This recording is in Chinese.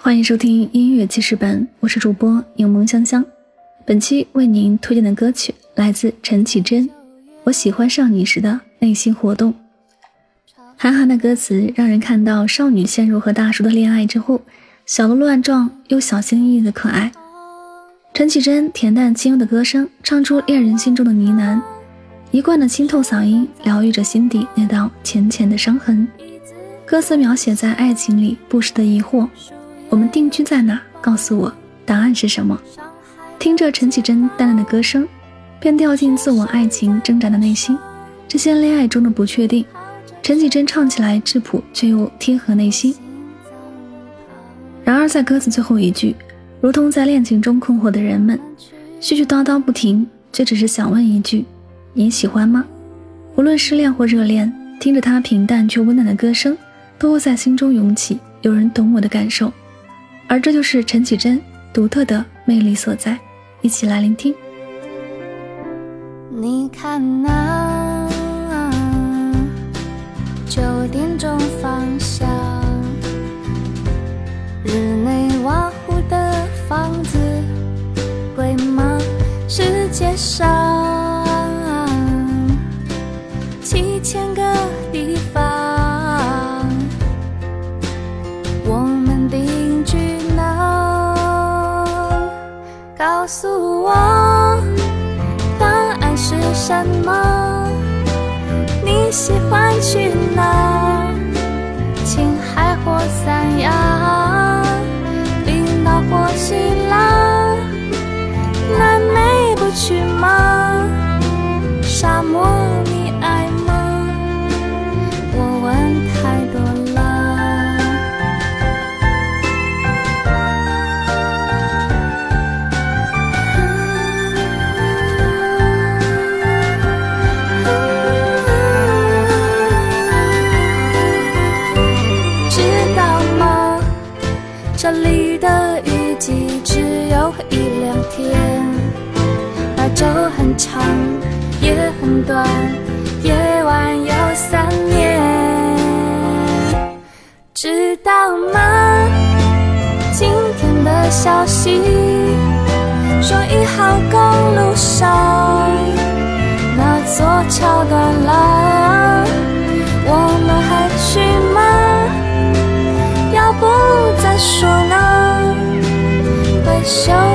欢迎收听音乐记事本，我是主播柠檬香香。本期为您推荐的歌曲来自陈绮贞，我喜欢上你时的内心活动。韩寒的歌词让人看到少女陷入和大叔的恋爱之后，小鹿乱撞又小心翼翼的可爱。陈绮贞恬淡轻幽的歌声唱出恋人心中的呢喃，一贯的清透嗓音疗愈着心底那道浅浅的伤痕。歌词描写在爱情里不时的疑惑，我们定居在哪？告诉我答案是什么？听着陈绮贞淡淡的歌声，便掉进自我爱情挣扎的内心，这些恋爱中的不确定，陈绮贞唱起来质朴却又贴合内心。然而在歌词最后一句，如同在恋情中困惑的人们絮絮叨叨不停，却只是想问一句，你喜欢吗？无论失恋或热恋，听着他平淡却温暖的歌声，都会在心中涌起有人懂我的感受，而这就是陈绮贞独特的魅力所在。一起来聆听。 你看那9点钟方向，日内瓦湖的房子贵吗？世界上7000个地方，我们定居哪？告诉我答案是什么？你喜欢去哪？青海或三亚，冰岛或希腊，南美不去吗？沙漠你爱吗？我问太多了。这里的雨季只有1-2天，白昼很长，夜很短，夜晚有3年。知道吗？今天的消息说1号公路上那座桥断了，我们还去吗？要不再说呢？回首